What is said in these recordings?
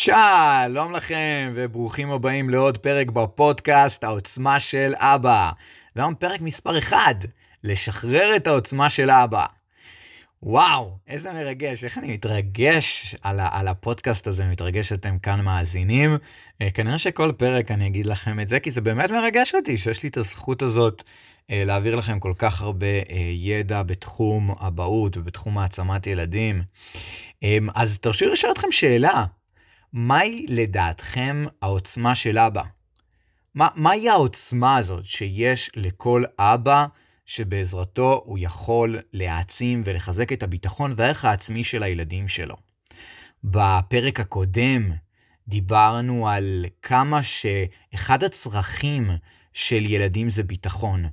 שלום לכם וברוכים הבאים לעוד פרק בפודקאסט העוצמה של אבא. והיום פרק מספר 1, לשחרר את העוצמה של אבא. וואו, איזה מרגש, איך אני מתרגש על הפודקאסט הזה, מתרגש שאתם כאן מאזינים. כנראה שכל פרק אני אגיד לכם את זה, כי זה באמת מרגש אותי שיש לי את הזכות הזאת להעביר לכם כל כך הרבה ידע בתחום אבהות ובתחום העצמת ילדים. אז תרשו לי לשאול אתכם שאלה. מהי לדעתכם העוצמה של אבא? מהי העוצמה הזאת שיש לכל אבא שבעזרתו הוא יכול להעצים ולחזק את הביטחון והערך העצמי של הילדים שלו? בפרק הקודם דיברנו על כמה שאחד הצרכים של ילדים זה ביטחון,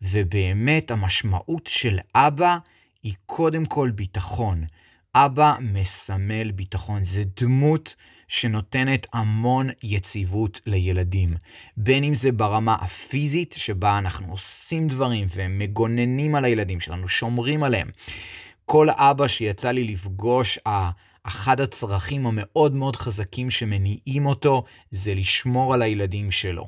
ובאמת המשמעות של אבא היא קודם כל ביטחון. אבא מסמל ביטחון, זה דמות שנותנת המון יציבות לילדים. בין אם זה ברמה הפיזית שבה אנחנו עושים דברים ומגוננים על הילדים שלנו, שומרים עליהם. כל אבא שיצא לי לפגוש, אחד הצרכים המאוד מאוד חזקים שמניעים אותו זה לשמור על הילדים שלו.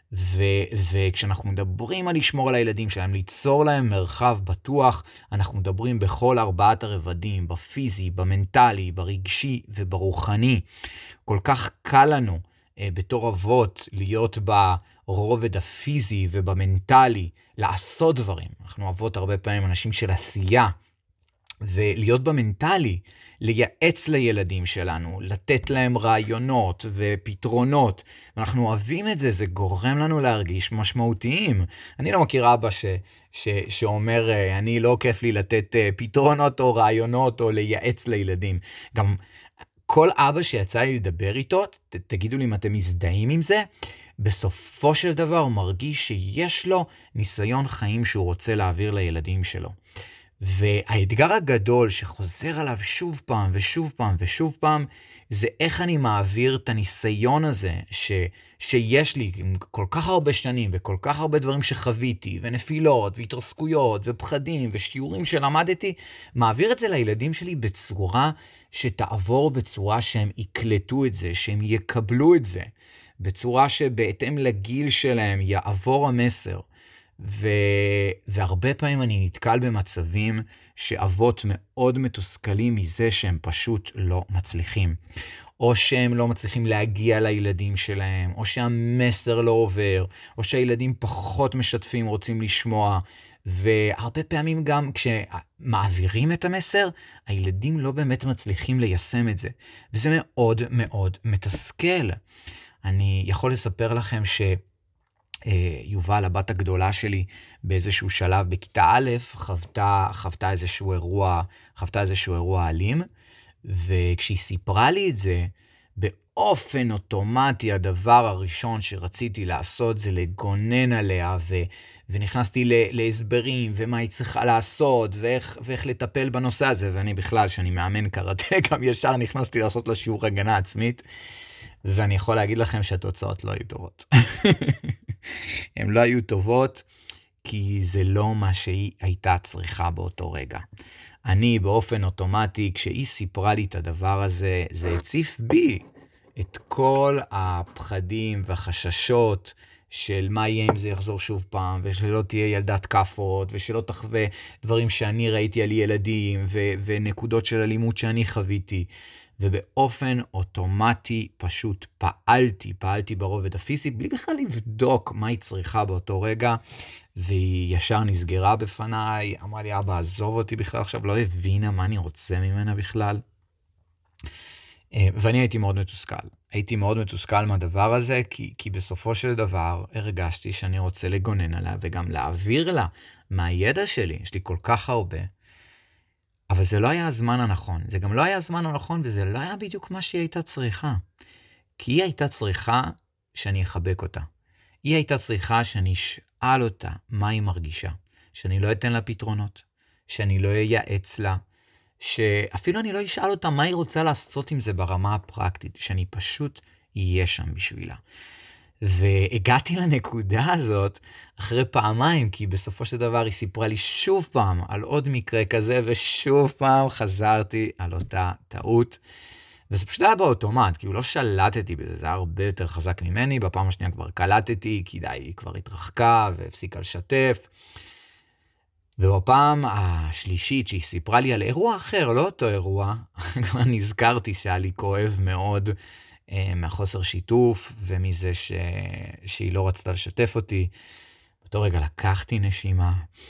וכשאנחנו מדברים על לשמור על הילדים שלהם, ליצור להם מרחב בטוח, אנחנו מדברים בכל 4 הרבדים, בפיזי, במנטלי, ברגשי וברוחני. כל כך קל לנו בתור אבות להיות ברובד הפיזי ובמנטלי, לעשות דברים. אנחנו אבות הרבה פעמים אנשים של עשייה, ולהיות במנטלי, לייעץ לילדים שלנו, לתת להם רעיונות ופתרונות. אנחנו אוהבים את זה, זה גורם לנו להרגיש משמעותיים. אני לא מכיר אבא שאומר, אני לא כיף לי לתת פתרונות או רעיונות או לייעץ לילדים. גם כל אבא שיצא לי לדבר איתו, תגידו לי אם אתם מזדהים עם זה, בסופו של דבר הוא מרגיש שיש לו ניסיון חיים שהוא רוצה להעביר לילדים שלו. והאתגר הגדול שחוזר עליו שוב פעם ושוב פעם ושוב פעם, זה איך אני מעביר את הניסיון הזה שיש לי עם כל כך הרבה שנים וכל כך הרבה דברים שחוויתי, ונפילות והתרסקויות ופחדים ושיעורים שלמדתי, מעביר את זה לילדים שלי בצורה שתעבור, בצורה שהם יקלטו את זה, שהם יקבלו את זה, בצורה שבהתאם לגיל שלהם יעבור המסר. והרבה פעמים אני נתקל במצבים שאבות מאוד מתוסכלים מזה שהם פשוט לא מצליחים. או שהם לא מצליחים להגיע לילדים שלהם, או שהמסר לא עובר, או שהילדים פחות משתפים, רוצים לשמוע. והרבה פעמים גם כשמעבירים את המסר, הילדים לא באמת מצליחים ליישם את זה. וזה מאוד מאוד מתסכל. אני יכול לספר לכם יובל, הבת הגדולה שלי, באיזשהו שלב בכיתה א', חוותה איזשהו אירוע אלים, וכשהיא סיפרה לי את זה, באופן אוטומטי הדבר הראשון שרציתי לעשות זה לגונן עליה, ונכנסתי להסברים, ומה היא צריכה לעשות, ואיך לטפל בנושא הזה, ואני בכלל, שאני מאמן קראטה, גם ישר נכנסתי לעשות לה שיעור הגנה עצמית, ואני יכול להגיד לכם שהתוצאות לא היו טובות. הן לא היו טובות, כי זה לא מה שהיא הייתה צריכה באותו רגע. אני באופן אוטומטי, כשהיא סיפרה לי את הדבר הזה, זה הציף בי את כל הפחדים והחששות של מה יהיה אם זה יחזור שוב פעם, ושלא תהיה ילדת כפות, ושלא תחווה דברים שאני ראיתי על ילדים, ונקודות של אלימות שאני חוויתי. ובאופן אוטומטי פשוט פעלתי ברובד הפיזי, בלי בכלל לבדוק מה היא צריכה באותו רגע, והיא ישר נסגרה בפניי, אמרה לי, אבא, עזוב אותי בכלל, עכשיו לא הבינה מה אני רוצה ממנה בכלל. ואני הייתי מאוד מתוסכל. הייתי מאוד מתוסכל מהדבר הזה, כי בסופו של דבר הרגשתי שאני רוצה לגונן עליה, וגם להעביר לה מהידע שלי, יש לי כל כך הרבה, אבל זה לא היה הזמן הנכון. זה גם לא היה הזמן הנכון, וזה לא היה בדיוק מה שהיא הייתה צריכה. כי היא הייתה צריכה שאני אחבק אותה. היא הייתה צריכה שאני אשאל אותה מה היא מרגישה. שאני לא אתן לה פתרונות. שאני לא אייעץ לה. שאפילו אני לא אשאל אותה מה היא רוצה לעשות עם זה ברמה הפרקטית. שאני פשוט אהיה שם בשבילה. והגעתי לנקודה הזאת אחרי פעמיים, כי בסופו של דבר היא סיפרה לי שוב פעם על עוד מקרה כזה, ושוב פעם חזרתי על אותה טעות. וזה פשוט היה באוטומט, כי הוא לא שלטתי בזה, זה היה הרבה יותר חזק ממני, בפעם השנייה כבר קלטתי, כי די, היא כבר התרחקה והפסיקה לשתף. ובפעם השלישית שהיא סיפרה לי על אירוע אחר, לא אותו אירוע, כבר נזכרתי שהיה לי כואב מאוד מהחוסר שיתוף, ומזה שהיא לא רצתה לשתף אותי. באותו רגע לקחתי נשימה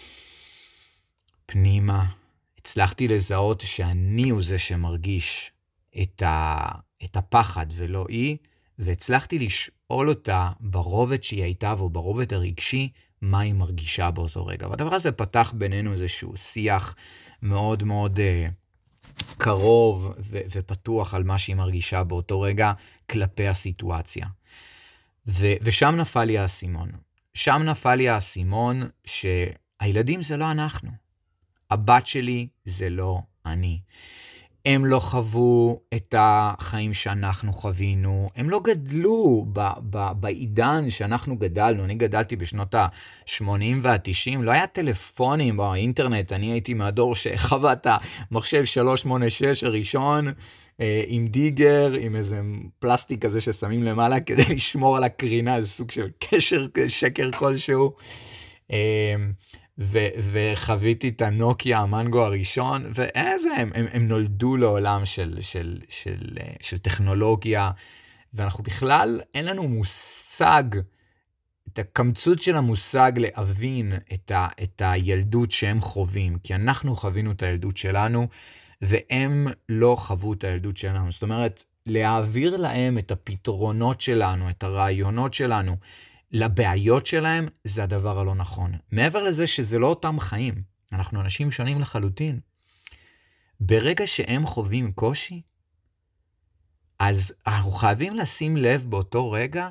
פנימה, הצלחתי לזהות שאני הוא זה שמרגיש את הפחד ולא היא, והצלחתי לשאול אותה ברובד שהיא הייתה, או ברובד הרגשי, מה היא מרגישה באותו רגע. והדבר הזה פתח בינינו איזשהו שיח מאוד מאוד קרוב ופתוח על מה שהיא מרגישה באותו רגע כלפי הסיטואציה. ושם נפל לי האסימון. שם נפל לי האסימון שהילדים זה לא אנחנו. הבת שלי זה לא אני. הם לא חוו את החיים שאנחנו חווינו, הם לא גדלו בעידן שאנחנו גדלנו. אני גדלתי בשנות ה-80 וה-90, לא היה טלפונים באינטרנט, אני הייתי מהדור שחווה את המחשב 386 הראשון, עם דיגר, עם איזה פלסטיק כזה ששמים למעלה כדי לשמור על הקרינה, זה סוג של קשר, שקר כלשהו. וחוויתי את הנוקיה, המנגו הראשון, ואיזה, הם נולדו לעולם של טכנולוגיה, ואנחנו בכלל, אין לנו מושג, את הקמצות של המושג להבין את הילדות שהם חווים, כי אנחנו חווינו את הילדות שלנו, והם לא חוו את הילדות שלנו. זאת אומרת, להעביר להם את הפתרונות שלנו, את הרעיונות שלנו, לבעיות שלהם, זה הדבר הלא נכון. מעבר לזה שזה לא אותם חיים, אנחנו אנשים שונים לחלוטין. ברגע שהם חווים קושי, אז אנחנו חייבים לשים לב באותו רגע,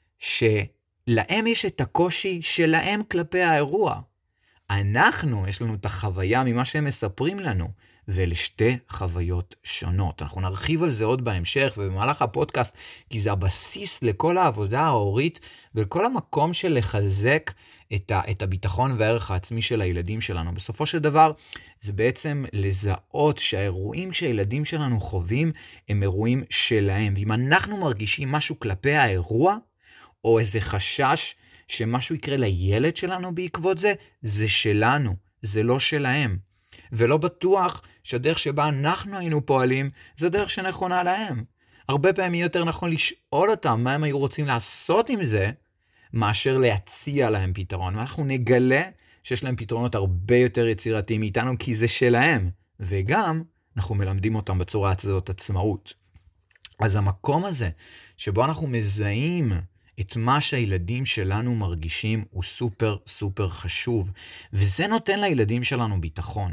שלהם יש את הקושי שלהם כלפי האירוע. אנחנו, יש לנו את החוויה ממה שהם מספרים לנו, ואלה שתי חוויות שונות. אנחנו נרחיב על זה עוד בהמשך ובמהלך הפודקאסט, כי זה הבסיס לכל העבודה ההורית, ולכל המקום של לחזק את הביטחון והערך העצמי של הילדים שלנו. בסופו של דבר, זה בעצם לזהות שהאירועים שהילדים שלנו חווים, הם אירועים שלהם. ואם אנחנו מרגישים משהו כלפי האירוע, או איזה חשש שמשהו יקרה לילד שלנו בעקבות זה, זה שלנו, זה לא שלהם. ולא בטוח שהדרך שבה אנחנו היינו פועלים, זה דרך שנכונה להם. הרבה פעמים יותר נכון לשאול אותם מה הם היו רוצים לעשות עם זה, מאשר להציע להם פתרון. ואנחנו נגלה שיש להם פתרונות הרבה יותר יצירתיים מאיתנו, כי זה שלהם. וגם אנחנו מלמדים אותם בצורה הזאת עצמאות. אז המקום הזה, שבו אנחנו מזהים את מה שהילדים שלנו מרגישים, הוא סופר סופר חשוב. וזה נותן לילדים שלנו ביטחון.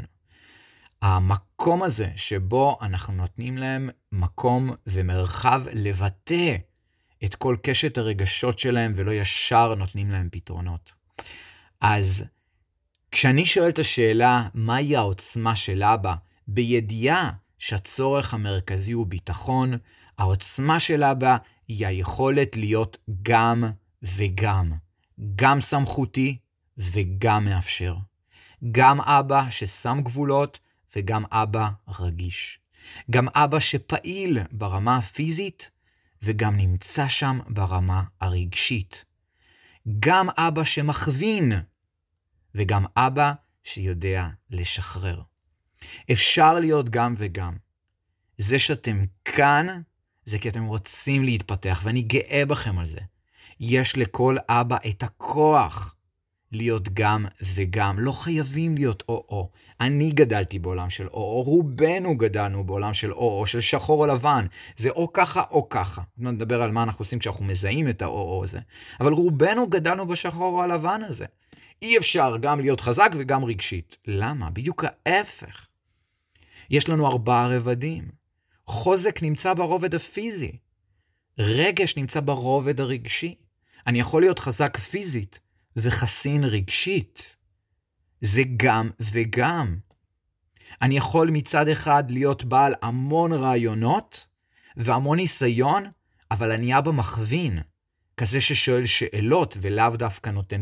המקום הזה שבו אנחנו נותנים להם מקום ומרחב לבטא את כל קשת הרגשות שלהם, ולא ישר נותנים להם פתרונות. אז כשאני שואל את השאלה, מהי העוצמה של אבא, בידיעה שהצורך המרכזי הוא ביטחון, העוצמה של אבא היא היכולת להיות גם וגם. גם סמכותי וגם מאפשר. גם אבא ששם גבולות, וגם אבא רגיש. גם אבא שפעיל ברמה הפיזית, וגם נמצא שם ברמה הרגשית. גם אבא שמכווין, וגם אבא שיודע לשחרר. אפשר להיות גם וגם. זה שאתם כאן, זה כי אתם רוצים להתפתח, ואני גאה בכם על זה. יש לכל אבא את הכוח להיות גם וגם. לא חייבים להיות או-או. אני גדלתי בעולם של או-או, רובנו גדלנו בעולם של או-או, של שחור או לבן. זה או ככה או ככה. נדבר על מה אנחנו עושים כשאנחנו מזהים את האו-או הזה. אבל רובנו גדלנו בשחור או הלבן הזה. אי אפשר גם להיות חזק וגם רגשית. למה? בדיוק ההפך. יש לנו 4 רבדים. חוזק נמצא ברובד הפיזי. רגש נמצא ברובד הרגשי. אני יכול להיות חזק פיזית, וחסין רגשית. זה גם וגם. אני יכול מצד אחד להיות בעל המון רעיונות והמון ניסיון, אבל אני אבא מכווין, כזה ששואל שאלות ולאו דווקא נותן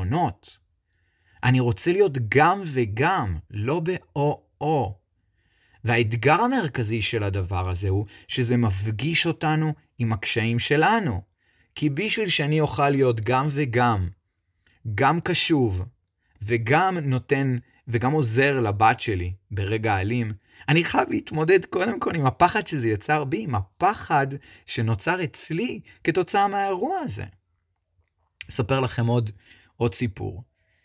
פתרונות. אני רוצה להיות גם וגם, לא באו-או. והאתגר המרכזי של הדבר הזה הוא שזה מפגיש אותנו עם הקשיים שלנו. כי בשביל שאני אוכל להיות גם וגם, גם קשוב, וגם נותן, וגם עוזר לבת שלי ברגע אלים, אני חייב להתמודד קודם כל עם הפחד שזה יצר בי, עם הפחד שנוצר אצלי כתוצאה מהאירוע הזה. אספר לכם עוד סיפור.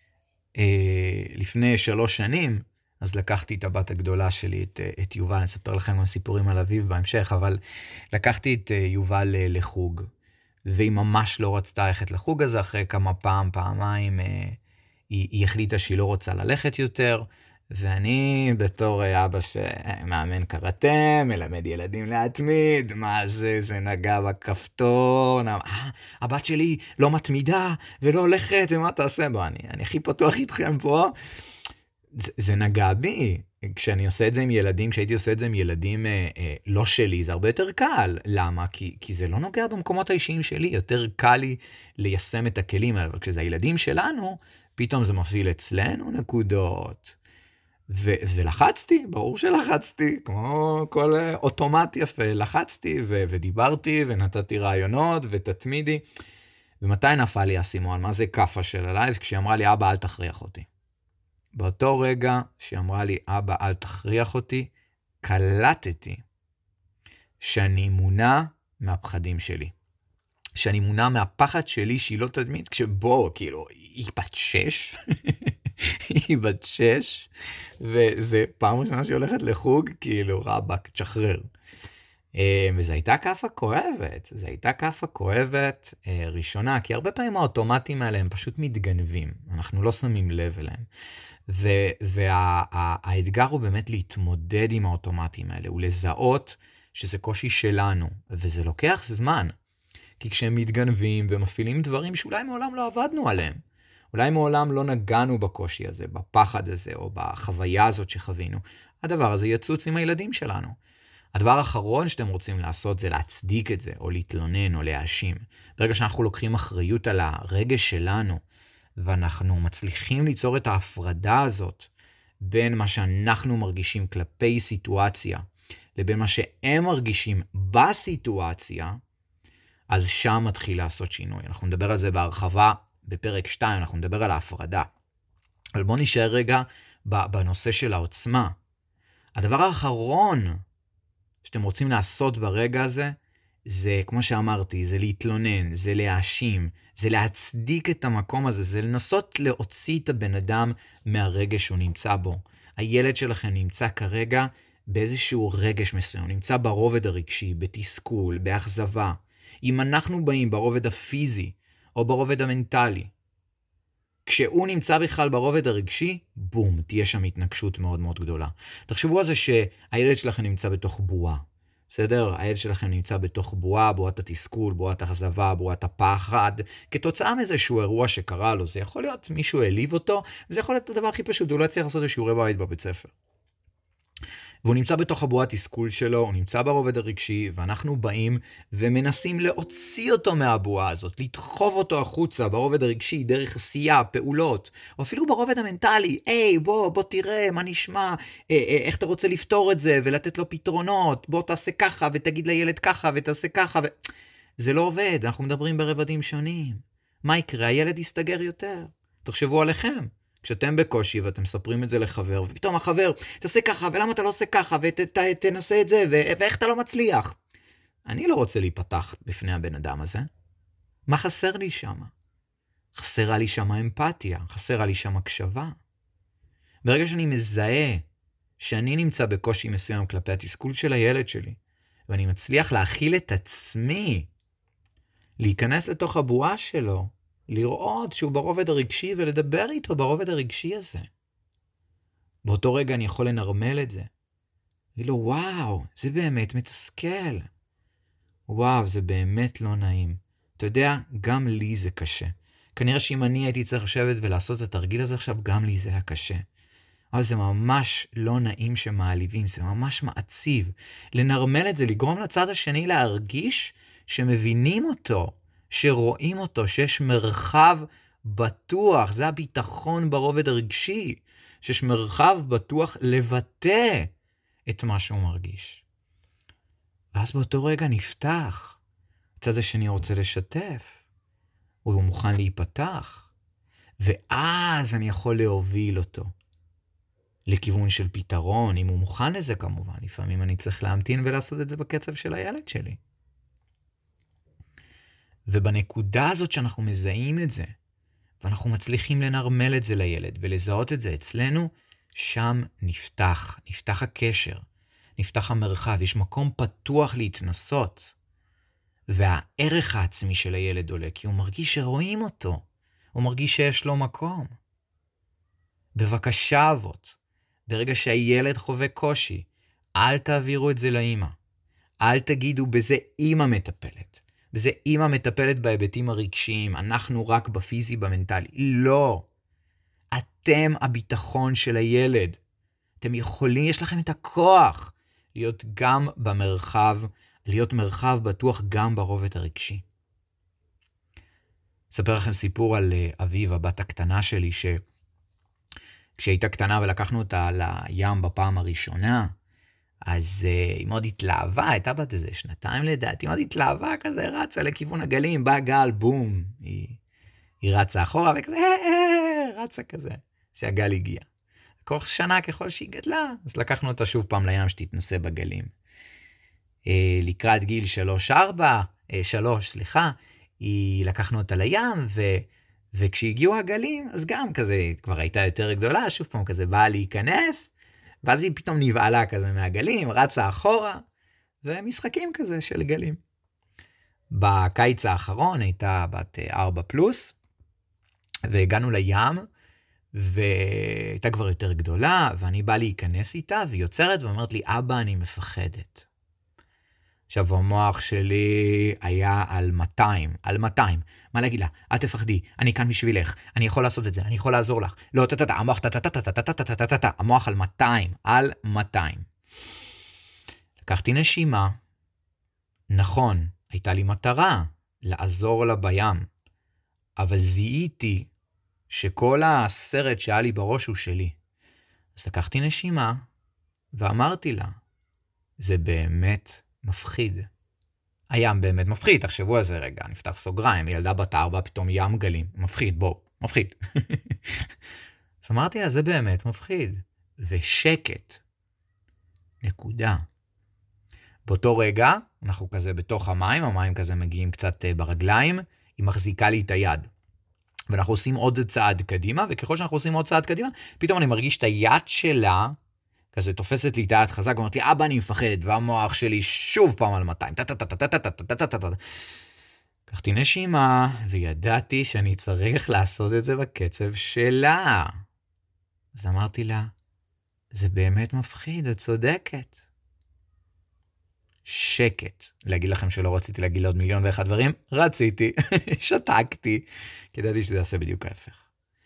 לפני 3 שנים, אז לקחתי את הבת הגדולה שלי, את יובל, אני אספר לכם גם סיפורים על אביב בהמשך, אבל לקחתי את יובל לחוג, והיא ממש לא רצתה ללכת לחוג הזה, אחרי כמה פעמיים, היא החליטה שהיא לא רוצה ללכת יותר, ואני בתור אבא שמאמן קראטה, מלמד ילדים להתמיד, מה זה נגע בכפתור, הבת שלי לא מתמידה ולא הולכת, ומה תעשה בו? אני הכי פתוח איתכם פה. זה נגע בי. כשאני עושה את זה עם ילדים, כשהייתי עושה את זה עם ילדים לא שלי, זה הרבה יותר קל. למה? כי זה לא נוגע במקומות האישיים שלי, יותר קל לי ליישם את הכלים האלה, אבל כשזה הילדים שלנו, פתאום זה מפעיל אצלנו נקודות. ולחצתי, ברור שלחצתי, כמו כל אוטומט יפה, לחצתי ודיברתי ונתתי רעיונות ותתמידי. ומתי נפל לי הסימון? מה זה קפה של הלייב? כשהיא אמרה לי, אבא, אל תכריח אותי. באותו רגע שהיא אמרה לי, אבא, אל תכריח אותי, קלטתי שאני מונע מהפחדים שלי. שאני מונע מהפחד שלי שהיא לא תדמית, כשבוא, כאילו, היא בת 6, היא בת 6, וזה פעם ראשונה שהיא הולכת לחוג, כאילו, רבק, תשחרר. וזו הייתה כאפה כואבת, ראשונה, כי הרבה פעמים האוטומטים האלה הם פשוט מתגנבים, אנחנו לא שמים לב אליהם. והאתגר הוא באמת להתמודד עם האוטומטים האלה, ולזהות שזה קושי שלנו, וזה לוקח זמן. כי כשהם מתגנבים ומפעילים דברים שאולי מעולם לא עבדנו עליהם, אולי מעולם לא נגענו בקושי הזה, בפחד הזה, או בחוויה הזאת שחווינו, הדבר הזה יצוץ עם הילדים שלנו. הדבר האחרון שאתם רוצים לעשות זה להצדיק את זה, או להתלונן, או להאשים. ברגע שאנחנו לוקחים אחריות על הרגש שלנו, ואנחנו מצליחים ליצור את ההפרדה הזאת, בין מה שאנחנו מרגישים כלפי סיטואציה, לבין מה שהם מרגישים בסיטואציה, אז שם מתחיל לעשות שינוי. אנחנו נדבר על זה בהרחבה בפרק 2, אנחנו נדבר על ההפרדה. אבל בואו נשאר רגע בנושא של העוצמה. הדבר האחרון שאתם רוצים לעשות ברגע הזה, זה, כמו שאמרתי, זה להתלונן, זה להאשים, זה להצדיק את המקום הזה, זה לנסות להוציא את הבן אדם מהרגש שהוא נמצא בו. הילד שלכם נמצא כרגע באיזשהו רגש מסוים, נמצא ברובד הרגשי, בתסכול, באכזבה. אם אנחנו באים ברובד הפיזי או ברובד המנטלי, כשהוא נמצא בכלל ברובד הרגשי, בום, תהיה שם התנגשות מאוד מאוד גדולה. תחשבו על זה שהילד שלכם נמצא בתוך בועה. בסדר? הילד שלכם נמצא בתוך בועה, בועת התסכול, בועת האכזבה, בועת הפחד, כתוצאה מאיזשהו אירוע שקרה לו. זה יכול להיות מישהו העליב אותו, וזה יכול להיות הדבר הכי פשוט, הוא לא צריך לעשות שיעורי בית בבית ספר. והוא נמצא בתוך הבועת תסכול שלו, הוא נמצא ברובד הרגשי, ואנחנו באים ומנסים להוציא אותו מהבועה הזאת, לדחוף אותו החוצה ברובד הרגשי, דרך עשייה, פעולות, או אפילו ברובד המנטלי, בוא תראה מה נשמע, איך אתה רוצה לפתור את זה, ולתת לו פתרונות, בוא תעשה ככה, ותגיד לילד ככה, ותעשה ככה, זה לא עובד, אנחנו מדברים ברבדים שונים. מה יקרה? הילד יסתגר יותר. תחשבו עליכם. כשאתם בקושי ואתם מספרים את זה לחבר, ופתאום החבר, תעשה ככה, ולמה אתה לא עושה ככה, ותנסה את זה, ואיך אתה לא מצליח. אני לא רוצה להיפתח בפני הבן אדם הזה. מה חסר לי שם? חסרה לי שם אמפתיה, חסרה לי שם הקשבה. ברגע שאני מזהה שאני נמצא בקושי מסוים כלפי התסכול של הילד שלי, ואני מצליח להכיל את עצמי, להיכנס לתוך הבועה שלו, לראות שהוא ברובד הרגשי ולדבר איתו ברובד הרגשי הזה. באותו רגע אני יכול לנרמל את זה. להגיד לו, וואו, זה באמת מתסכל. וואו, זה באמת לא נעים. אתה יודע, גם לי זה קשה. כנראה שאם אני הייתי צריך לשבת ולעשות את התרגיל הזה עכשיו, גם לי זה היה קשה. אבל זה ממש לא נעים שמעליבים, זה ממש מעציב. לנרמל את זה, לגרום לצד השני להרגיש שמבינים אותו, שרואים אותו, שיש מרחב בטוח, זה הביטחון ברובד הרגשי, שיש מרחב בטוח לבטא את מה שהוא מרגיש. ואז באותו רגע נפתח. הצד השני רוצה לשתף. הוא מוכן להיפתח. ואז אני יכול להוביל אותו לכיוון של פתרון, אם הוא מוכן לזה כמובן. לפעמים אני צריך להמתין ולעשות את זה בקצב של הילד שלי. ובנקודה הזאת שאנחנו מזהים את זה, ואנחנו מצליחים לנרמל את זה לילד ולזהות את זה אצלנו, שם נפתח הקשר, נפתח המרחב, יש מקום פתוח להתנסות. והערך העצמי של הילד עולה, כי הוא מרגיש שרואים אותו, הוא מרגיש שיש לו מקום. בבקשה אבות, ברגע שהילד חווה קושי, אל תעבירו את זה לאמא. אל תגידו בזה אמא מטפלת. בזה אמא מטפלת בהיבטים הרגשיים, אנחנו רק בפיזי, במנטלי. לא. אתם הביטחון של הילד. אתם יכולים, יש לכם את הכוח להיות גם במרחב, להיות מרחב בטוח גם ברובד הרגשי. אספר לכם סיפור על אביב, הבת הקטנה שלי, כשהייתה קטנה ולקחנו אותה לים בפעם הראשונה, אז היא מאוד התלהבה, הייתה בת איזה 2 לדעתי, מאוד התלהבה כזה, רצה לכיוון הגלים, בא גל, בום, היא רצה אחורה וכזה, רצה כזה, שהגל הגיע. כל שנה ככל שהיא גדלה, אז לקחנו אותה שוב פעם לים שתתנסה בגלים. לקראת גיל 3, היא לקחנו אותה לים, וכשהגיעו הגלים, אז גם כזה, כבר הייתה יותר גדולה, שוב פעם כזה באה להיכנס, ואז היא פתאום נבעלה כזה מהגלים, רצה אחורה, ומשחקים כזה של גלים. בקיץ האחרון הייתה בת 4+, והגענו לים, והייתה כבר יותר גדולה, ואני בא להיכנס איתה, והיא יוצרת ואומרת לי, אבא, אני מפחדת. עכשיו, המוח שלי היה על 200. מה להגיד לה? אל תפחדי, אני כאן בשבילך, אני יכול לעשות את זה, אני יכול לעזור לך. לא, המוח, המוח על 200. לקחתי נשימה, נכון, הייתה לי מטרה, לעזור לה בים, אבל זיהיתי שכל הסרט שהיה לי בראש הוא שלי. אז לקחתי נשימה, ואמרתי לה, זה באמת מפחיד. הים באמת מפחיד, תחשבו על זה רגע, נפתח סוגריים, ילדה בת 4, פתאום ים גלים, מפחיד, מפחיד. אז אמרתי לה, זה באמת מפחיד. ושקט. נקודה. באותו רגע, אנחנו כזה בתוך המים כזה מגיעים קצת ברגליים, היא מחזיקה לי את היד. ואנחנו עושים עוד צעד קדימה, וככל שאנחנו עושים עוד צעד קדימה, פתאום אני מרגיש את היד שלה, כזה תופסת לי את היד חזק, ואומרת לי, אבא אני מפחד, והמוח שלי שוב פעם על 200. לקחתי נשימה, וידעתי שאני צריך לעשות את זה בקצב שלה. אז אמרתי לה, זה באמת מפחיד, את צודקת. שקט. להגיד לכם שלא רציתי להגיד לה עוד 1,000,001 דברים, רציתי, שתקתי, כי ידעתי שזה יעשה בדיוק ההפך.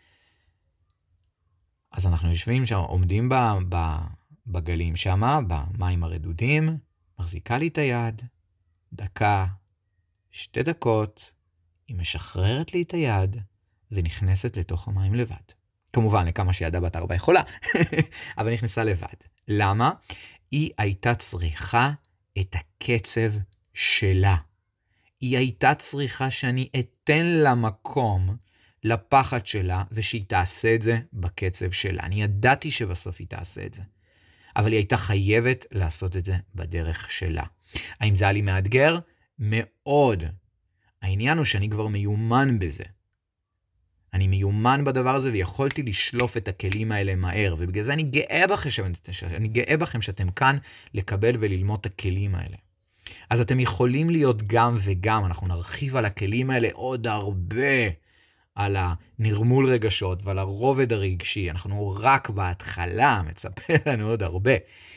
אז אנחנו יושבים שם, עומדים בגלים שם, במים הרדודים, מחזיקה לי את היד, 1, 2 דקות, היא משחררת לי את היד, ונכנסת לתוך המים לבד. כמובן, לכמה שידה בת 4 יכולה, אבל נכנסה לבד. למה? היא הייתה צריכה את הקצב שלה. היא הייתה צריכה שאני אתן לה מקום לפחד שלה, ושהיא תעשה את זה בקצב שלה. אני ידעתי שבסוף היא תעשה את זה. אבל היא הייתה חייבת לעשות את זה בדרך שלה. האם זה היה לי מאתגר? מאוד. העניין הוא שאני כבר מיומן בזה. אני מיומן בדבר הזה, ויכולתי לשלוף את הכלים האלה מהר, ובגלל זה אני גאה בכם שאתם כאן לקבל וללמוד את הכלים האלה. אז אתם יכולים להיות גם וגם, אנחנו נרחיב על הכלים האלה עוד הרבה, על הנרמול רגשות ועל הרובד הרגשי, אנחנו רק בהתחלה, מצפה לנו עוד הרבה.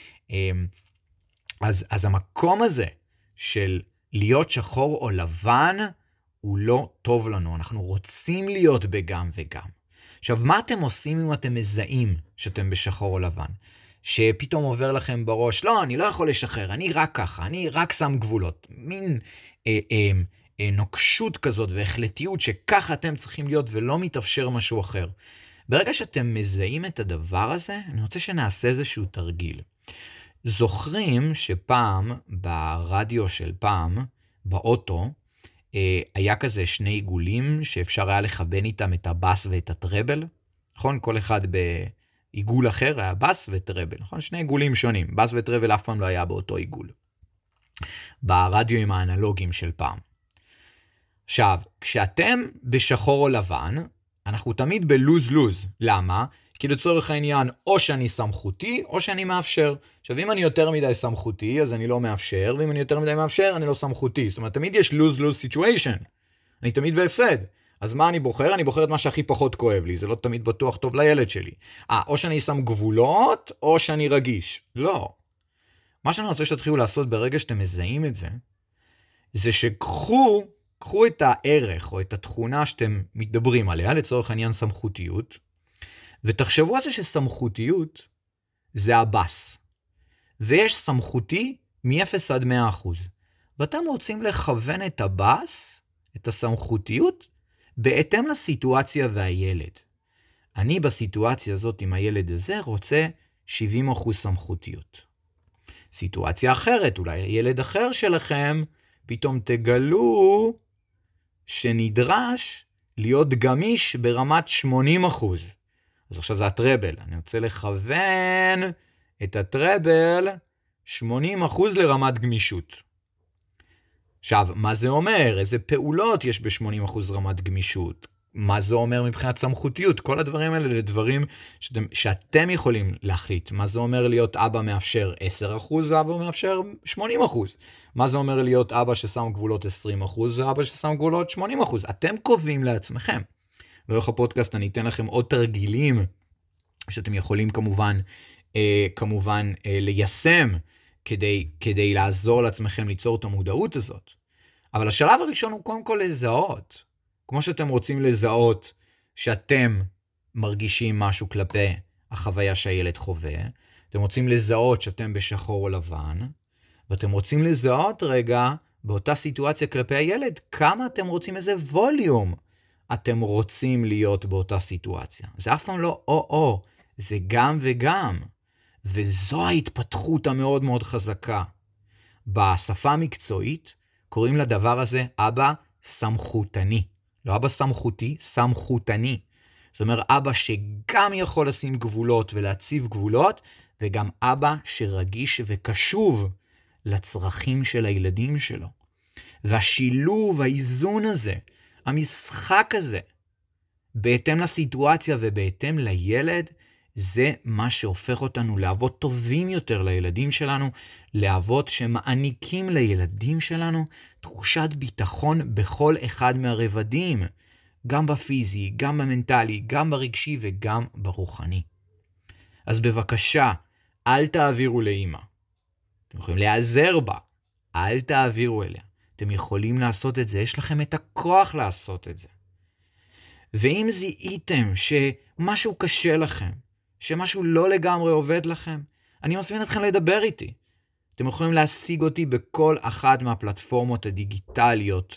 אז המקום הזה של להיות שחור או לבן, הוא לא טוב לנו, אנחנו רוצים להיות בגם וגם. עכשיו, מה אתם עושים אם אתם מזהים שאתם בשחור או לבן? שפתאום עובר לכם בראש, לא, אני לא יכול לשחרר, אני רק ככה, אני רק שם גבולות. מין נוקשות כזאת והחלטיות שככה אתם צריכים להיות ולא מתאפשר משהו אחר. ברגע שאתם מזהים את הדבר הזה, אני רוצה שנעשה איזשהו תרגיל. זוכרים שפעם, ברדיו של פעם, באוטו, היה כזה שני עיגולים שאפשר היה לכוון איתם את הבאס ואת הטראבל, נכון? כל אחד בעיגול אחר היה באס וטראבל, נכון? שני עיגולים שונים, באס וטראבל אף פעם לא היה באותו עיגול. ברדיו עם האנלוגים של פעם. עכשיו, כשאתם בשחור או לבן, אנחנו תמיד בלוז-לוז. למה? כי לצורך העניין, או שאני סמכותי, או שאני מאפשר. עכשיו, אם אני יותר מדי סמכותי, אז אני לא מאפשר, ואם אני יותר מדי מאפשר, אני לא סמכותי. זאת אומרת, תמיד יש lose-lose situation. אני תמיד בהפסד. אז מה אני בוחר? אני בוחר את מה שהכי פחות כואב לי. זה לא תמיד בטוח טוב לילד שלי. או שאני שם גבולות, או שאני רגיש. לא. מה שאני רוצה שתתחילו לעשות ברגע שאתם מזהים את זה, זה שקחו את הערך או את התכונה שאתם מדברים עליה, לצורך העניין סמכותיות, ותחשבו על זה שסמכותיות זה הבאס. ויש סמכותי מ-0 עד 100%. ואתם רוצים לכוון את הבאס, את הסמכותיות, בהתאם לסיטואציה והילד. אני בסיטואציה הזאת עם הילד הזה רוצה 70% סמכותיות. סיטואציה אחרת, אולי ילד אחר שלכם, פתאום תגלו שנדרש להיות גמיש ברמת 80%. אז עכשיו זה הטראבל. אני רוצה לכוון את הטראבל 80% לרמת גמישות. עכשיו, מה זה אומר? איזה פעולות יש ב-80% רמת גמישות? מה זה אומר מבחינת סמכותיות? כל הדברים האלה לדברים שאתם יכולים להחליט. מה זה אומר להיות אבא מאפשר 10%, אבא מאפשר 80%? מה זה אומר להיות אבא ששם גבולות 20%, ואבא ששם גבולות 80%? אתם קובעים לעצמכם. לאורך הפודקאסט אני אתן לכם עוד תרגילים שאתם יכולים כמובן ליישם כדי לעזור לעצמכם ליצור את המודעות הזאת. אבל השלב הראשון הוא קודם כל לזהות. כמו שאתם רוצים לזהות שאתם מרגישים משהו כלפי החוויה שהילד חווה, אתם רוצים לזהות שאתם בשחור או לבן, ואתם רוצים לזהות רגע באותה סיטואציה כלפי הילד, כמה אתם רוצים, איזה ווליום אתם רוצים להיות באותה סיטואציה. זה אף פעם לא או, זה גם וגם. וזו ההתפתחות המאוד מאוד חזקה. בשפה המקצועית קוראים לדבר הזה אבא סמכותני. לא אבא סמכותי, סמכותני. זאת אומרת, אבא שגם יכול לשים גבולות ולהציב גבולות, וגם אבא שרגיש וקשוב לצרכים של הילדים שלו. והשילוב, האיזון הזה, המשחק הזה, בהתאם לסיטואציה ובהתאם לילד, זה מה שהופך אותנו לאבות טובים יותר לילדים שלנו, לאבות שמעניקים לילדים שלנו תחושת ביטחון בכל אחד מהרבדים, גם בפיזי, גם במנטלי, גם ברגשי וגם ברוחני. אז בבקשה, אל תעבירו לאמא. אתם יכולים להיעזר בה, אל תעבירו אליה. אתם יכולים לעשות את זה, יש לכם את הכוח לעשות את זה. ואם זיהיתם שמשהו קשה לכם, שמשהו לא לגמרי עובד לכם, אני מזמין אתכם לדבר איתי. אתם יכולים להשיג אותי בכל אחת מהפלטפורמות הדיגיטליות.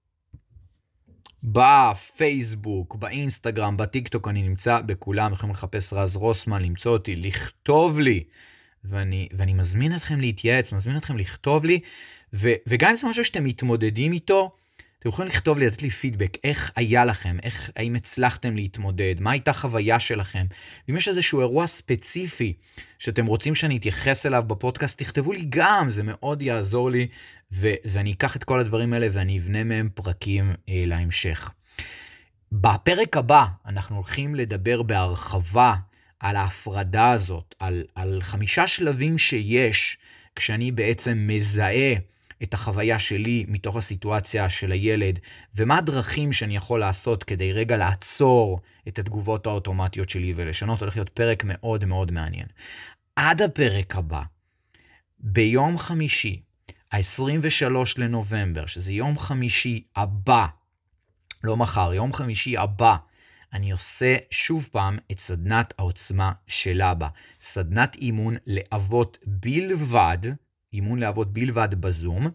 בפייסבוק, באינסטגרם, בטיקטוק, אני נמצא בכולם. יכולים לחפש רז רוסמן, למצוא אותי, לכתוב לי. ואני מזמין אתכם להתייעץ, מזמין אתכם לכתוב לי. וגם אם זה משהו שאתם מתמודדים איתו, אתם יכולים לכתוב לי, לתת לי פידבק, איך היה לכם, האם הצלחתם להתמודד, מה הייתה חוויה שלכם. ואם יש איזשהו אירוע ספציפי שאתם רוצים שאני אתייחס אליו בפודקאסט, תכתבו לי גם, זה מאוד יעזור לי, ואני אקח את כל הדברים האלה ואני אבנה מהם פרקים להמשך. בפרק הבא אנחנו הולכים לדבר בהרחבה על ההפרדה הזאת, על 5 שלבים שיש כשאני בעצם מזהה את החוויה שלי מתוך הסיטואציה של הילד, ומה הדרכים שאני יכול לעשות כדי רגע לעצור את התגובות האוטומטיות שלי ולשנות. הולך להיות פרק מאוד מאוד מעניין. עד הפרק הבא, ביום חמישי, ה-23 לנובמבר, שזה יום חמישי הבא, לא מחר, יום חמישי הבא, אני עושה שוב פעם את סדנת העוצמה של אבא. סדנת אימון לאבות בלבד, אימון לאבות בלבד בזום,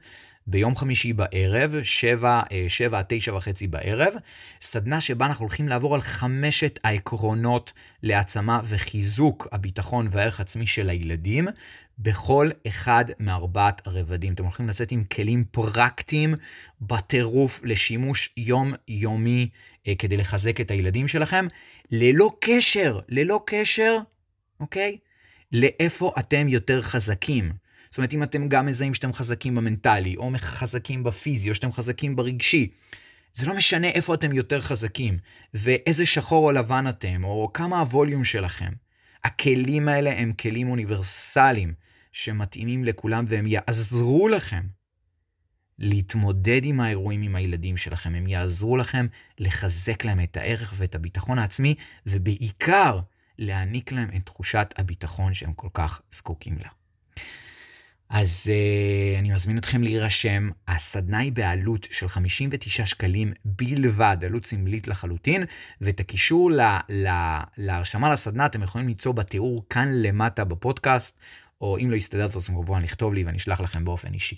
ביום חמישי בערב, 7 עד 9:30 בערב, סדנה שבה אנחנו הולכים לעבור על 5 העקרונות להעצמה וחיזוק הביטחון והערך עצמי של הילדים, בכל אחד מארבעת הרבדים. אתם הולכים לצאת עם כלים פרקטיים בטירוף לשימוש יומיומי כדי לחזק את הילדים שלכם, ללא קשר, אוקיי? לאיפה אתם יותר חזקים. זאת אומרת, אם אתם גם מזהים שאתם חזקים במנטלי, או חזקים בפיזי, או שאתם חזקים ברגשי, זה לא משנה איפה אתם יותר חזקים, ואיזה שחור או לבן אתם, או כמה הווליום שלכם. הכלים האלה הם כלים אוניברסליים, שמתאימים לכולם, והם יעזרו לכם להתמודד עם האירועים עם הילדים שלכם. הם יעזרו לכם לחזק להם את הערך ואת הביטחון העצמי, ובעיקר להעניק להם את תחושת הביטחון שהם כל כך זקוקים לה. אז אני מזמין אתכם להירשם. הסדנה היא בעלות של 59 שקלים בלבד, עלות סמלית לחלוטין, ואת הקישור להרשמה לסדנה אתם יכולים ליצור בתיאור כאן למטה בפודקאסט, או אם לא יסתדר אז כמובן לכתוב לי ואני אשלח לכם באופן אישי.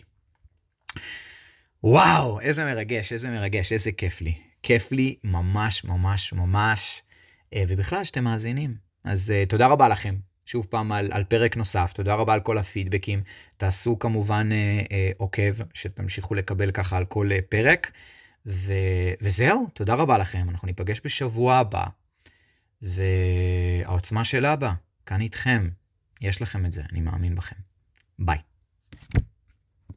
וואו, איזה מרגש, איזה כיף לי. כיף לי ממש, ובכלל שאתם מאזינים. אז תודה רבה לכם. שוב פעם על פרק נוסף, תודה רבה על כל הפידבקים, תעשו כמובן עוקב, שתמשיכו לקבל ככה על כל פרק, וזהו, תודה רבה לכם, אנחנו ניפגש בשבוע הבא, והעוצמה של אבא, כאן איתכם, יש לכם את זה, אני מאמין בכם. ביי.